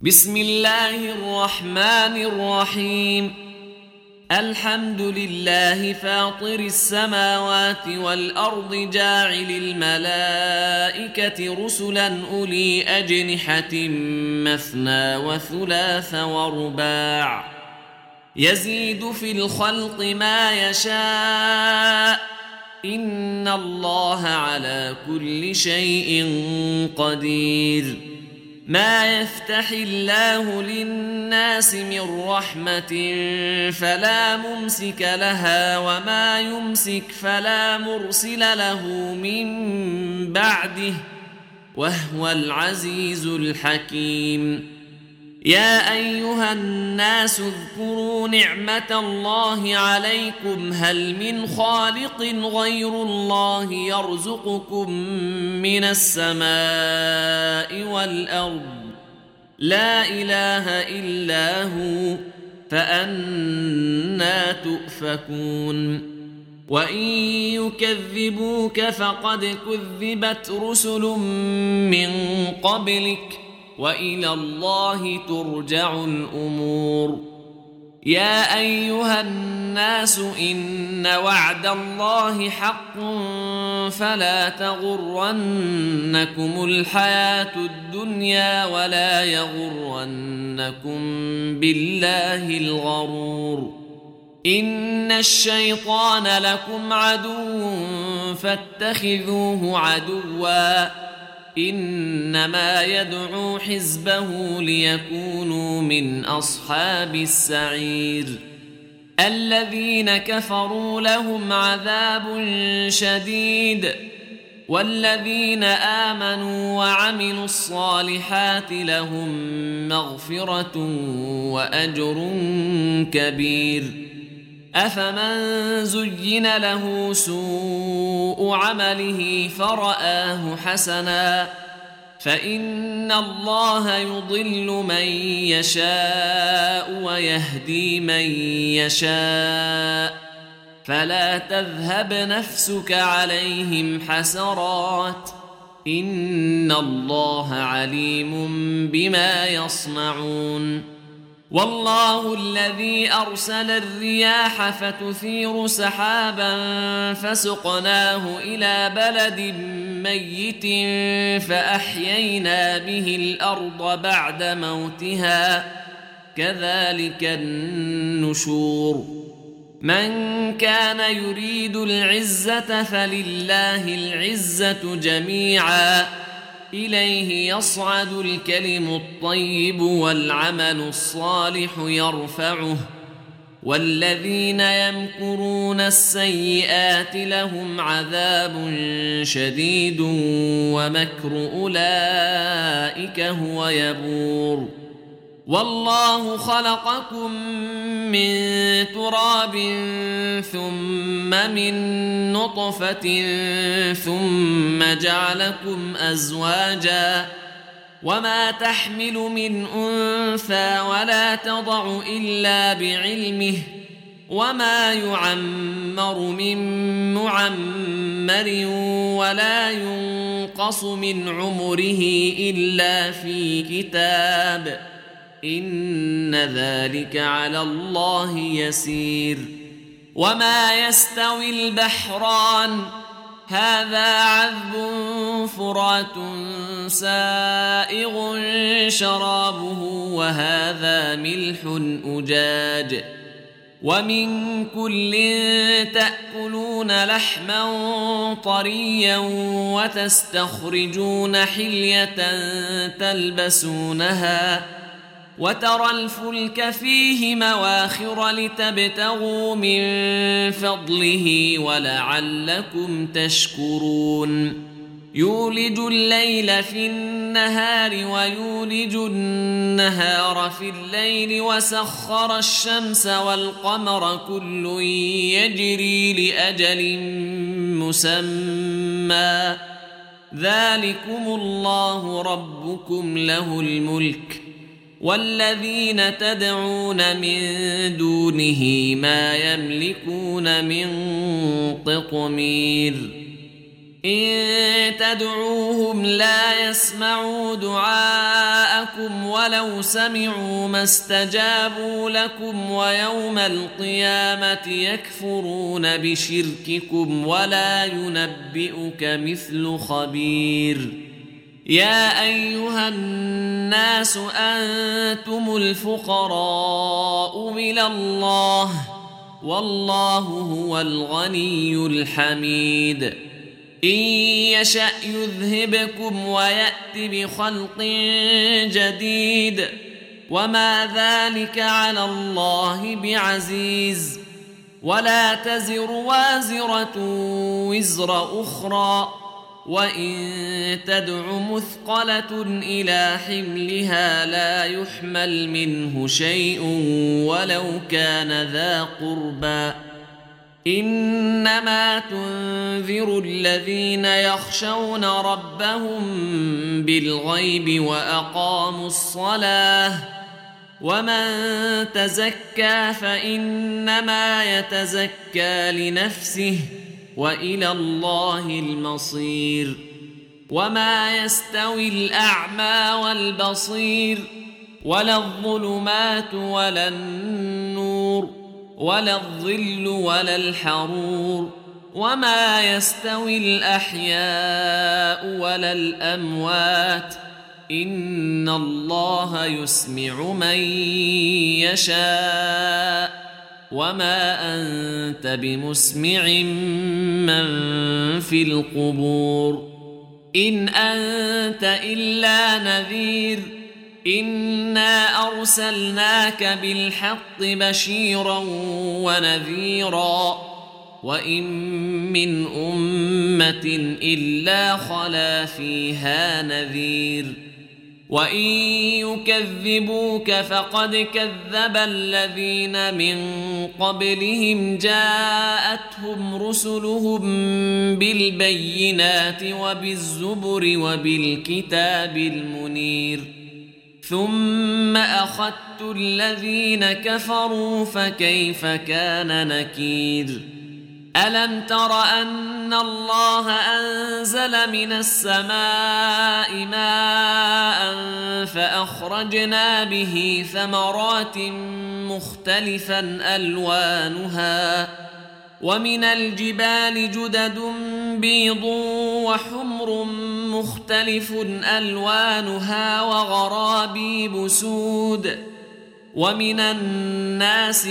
بسم الله الرحمن الرحيم. الحمد لله فاطر السماوات والأرض جاعل الملائكة رسلا أولي أجنحة مثنى وثلاث ورباع يزيد في الخلق ما يشاء إن الله على كل شيء قدير. ما يفتح الله للناس من رحمة فلا ممسك لها وما يمسك فلا مرسل له من بعده وهو العزيز الحكيم. يا أيها الناس اذكروا نعمة الله عليكم هل من خالق غير الله يرزقكم من السماء والأرض لا إله إلا هو فأنى تؤفكون. وإن يكذبوك فقد كذبت رسل من قبلك وإلى الله ترجع الأمور. يا أيها الناس إن وعد الله حق فلا تغرنكم الحياة الدنيا ولا يغرنكم بالله الغرور. إن الشيطان لكم عدو فاتخذوه عدوا إنما يدعو حزبه ليكونوا من أصحاب السعير. الذين كفروا لهم عذاب شديد والذين آمنوا وعملوا الصالحات لهم مغفرة وأجر كبير. أفمن زين له سوء عمله فرآه حسنا فإن الله يضل من يشاء ويهدي من يشاء فلا تذهب نفسك عليهم حسرات إن الله عليم بما يصنعون. والله الذي أرسل الرياح فتثير سحابا فسقناه إلى بلد ميت فأحيينا به الأرض بعد موتها كذلك النشور. من كان يريد العزة فلله العزة جميعا إليه يصعد الكلم الطيب والعمل الصالح يرفعه والذين يمكرون السيئات لهم عذاب شديد ومكر أولئك هو يبور. والله خلقكم من تراب ثم من نطفة ثم جعلكم أزواجا وما تحمل من أنثى ولا تضع إلا بعلمه وما يعمر من معمر ولا ينقص من عمره إلا في كتاب إن ذلك على الله يسير. وما يستوي البحران هذا عذب فرات سائغ شرابه وهذا ملح أجاج ومن كل تأكلون لحما طريا وتستخرجون حلية تلبسونها وترى الفلك فيه مواخر لتبتغوا من فضله ولعلكم تشكرون. يولج الليل في النهار ويولج النهار في الليل وسخر الشمس والقمر كل يجري لأجل مسمى ذلكم الله ربكم له الملك والذين تدعون من دونه ما يملكون من قطمير. إن تدعوهم لا يسمعوا دعاءكم ولو سمعوا ما استجابوا لكم ويوم القيامة يكفرون بشرككم ولا ينبئك مثل خبير. يا أيها الناس أنتم الفقراء إلى الله والله هو الغني الحميد. إن يشأ يذهبكم ويأت بخلق جديد وما ذلك على الله بعزيز. ولا تزر وازرة وزر أخرى وإن تدع مثقلة إلى حملها لا يحمل منه شيء ولو كان ذا قربى. إنما تنذر الذين يخشون ربهم بالغيب وأقاموا الصلاة ومن تزكى فإنما يتزكى لنفسه وإلى الله المصير. وما يستوي الأعمى والبصير ولا الظلمات ولا النور ولا الظل ولا الحرور وما يستوي الأحياء ولا الأموات إن الله يسمع من يشاء وما أنت بمسمع من في القبور إن أنت إلا نذير. إنا أرسلناك بالحق بشيرا ونذيرا وإن من أمة إلا خلا فيها نذير. وإن يكذبوك فقد كذب الذين من قبلهم جاءتهم رسلهم بالبينات وبالزبر وبالكتاب المنير ثم أخذت الذين كفروا فكيف كان نكير. ألم تر أن الله أنزل من السماء ماء فأخرجنا به ثمرات مختلفا ألوانها ومن الجبال جدد بيض وحمر مختلف ألوانها وغرابيب سود ومن الناس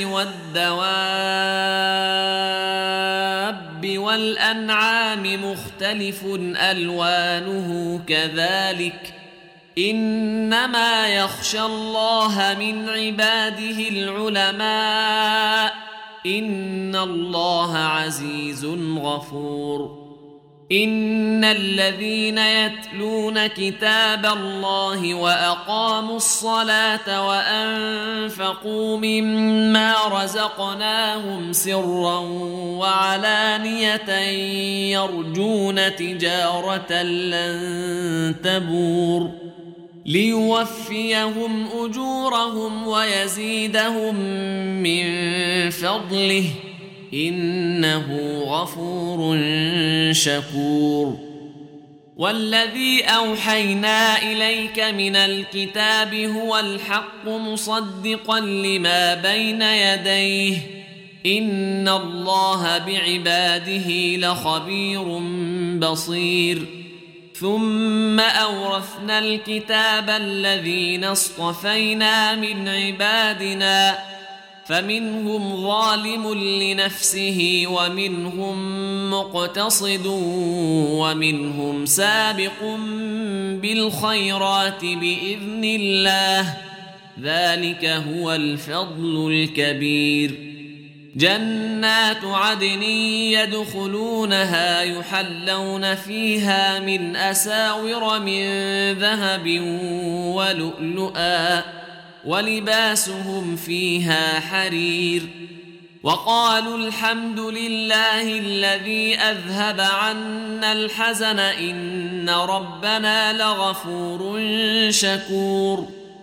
والدواب والأنعام مختلف ألوانه كذلك إنما يخشى الله من عباده العلماء إن الله عزيز غفور. إن الذين يتلون كتاب الله وأقاموا الصلاة وأنفقوا مما رزقناهم سرا وعلانية يرجون تجارة لن تبور ليوفيهم أجورهم ويزيدهم من فضله إنه غفور شكور. والذي أوحينا إليك من الكتاب هو الحق مصدقا لما بين يديه إن الله بعباده لخبير بصير. ثم أورثنا الكتاب الذين اصطفينا من عبادنا فمنهم ظالم لنفسه ومنهم مقتصد ومنهم سابق بالخيرات بإذن الله ذلك هو الفضل الكبير. جنات عدن يدخلونها يحلون فيها من أساور من ذهب ولؤلؤا ولباسهم فيها حرير. وقالوا الحمد لله الذي أذهب عنا الحزن إن ربنا لغفور شكور.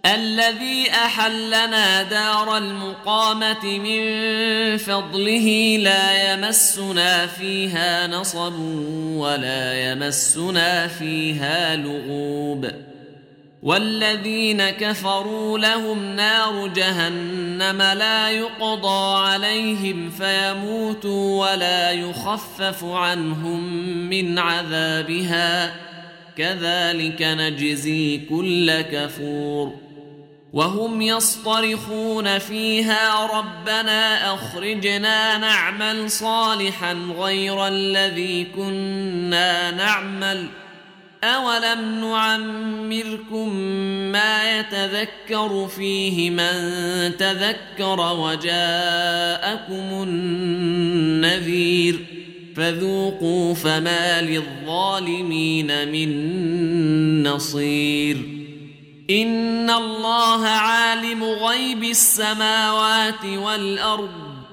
الذي أحلنا دار المقامة من فضله لا يمسنا فيها نصب ولا يمسنا فيها لغوب والذين كفروا لهم نار جهنم لا يقضى عليهم فيموتوا ولا يخفف عنهم من عذابها كذلك نجزي كل كفور وهم يصطرخون فيها ربنا أخرجنا نعمل صالحا غير الذي كنا نعمل أولم نعمركم ما يتذكر فيه من تذكر وجاءكم النذير فذوقوا فما للظالمين من نصير إن الله عالم غيب السماوات والأرض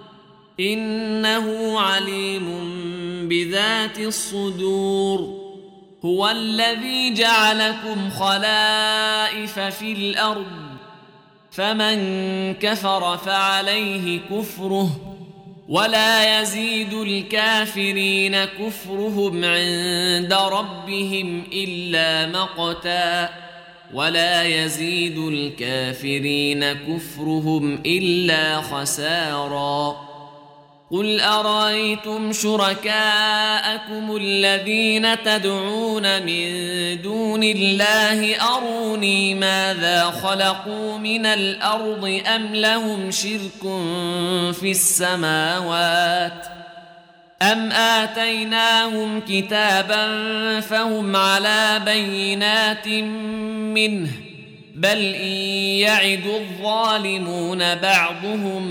إنه عليم بذات الصدور هو الذي جعلكم خلائف في الأرض فمن كفر فعليه كفره ولا يزيد الكافرين كفرهم عند ربهم إلا مقتا ولا يزيد الكافرين كفرهم إلا خسارا قل أرأيتم شركاءكم الذين تدعون من دون الله أروني ماذا خلقوا من الأرض أم لهم شرك في السماوات أم آتيناهم كتابا فهم على بينات منه بل إن يعد الظالمون بعضهم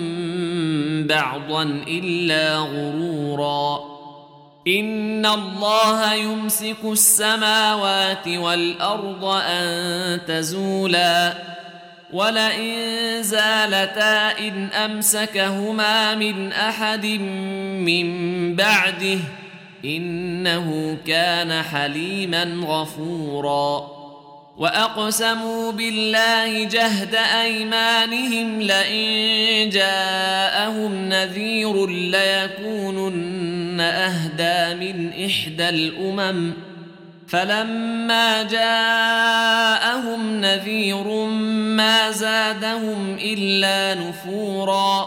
بعضا إلا غرورا إن الله يمسك السماوات والأرض أن تزولا ولئن زالتا إن أمسكهما من أحد من بعده إنه كان حليما غفورا وأقسموا بالله جهد أيمانهم لئن جاءهم نذير ليكونن أهدى من إحدى الأمم فلما جاءهم نذير ما زادهم إلا نفورا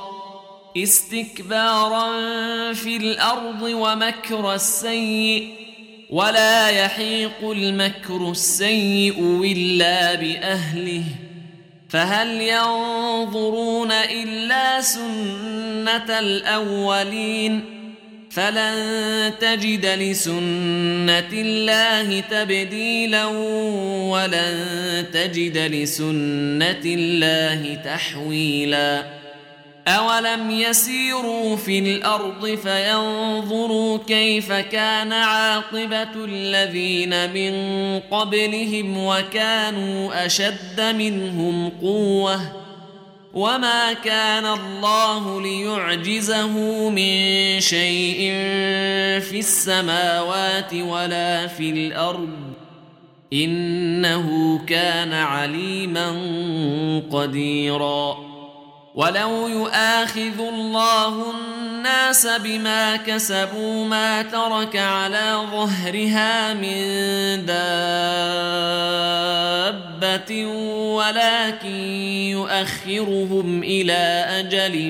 استكبارا في الأرض ومكر السيء ولا يحيق المكر السيء إلا بأهله فهل ينظرون إلا سنة الأولين فلن تجد لسنة الله تبديلا ولن تجد لسنة الله تحويلا أولم يسيروا في الأرض فينظروا كيف كان عاقبة الذين من قبلهم وكانوا أشد منهم قوة وما كان الله ليعجزه من شيء في السماوات ولا في الأرض إنه كان عليما قديرا ولو يؤاخذ الله الناس بما كسبوا ما ترك على ظهرها من دابة ولكن يؤخرهم إلى أجل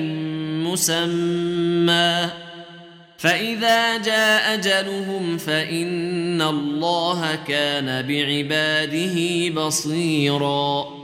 مسمى فإذا جاء أجلهم فإن الله كان بعباده بصيراً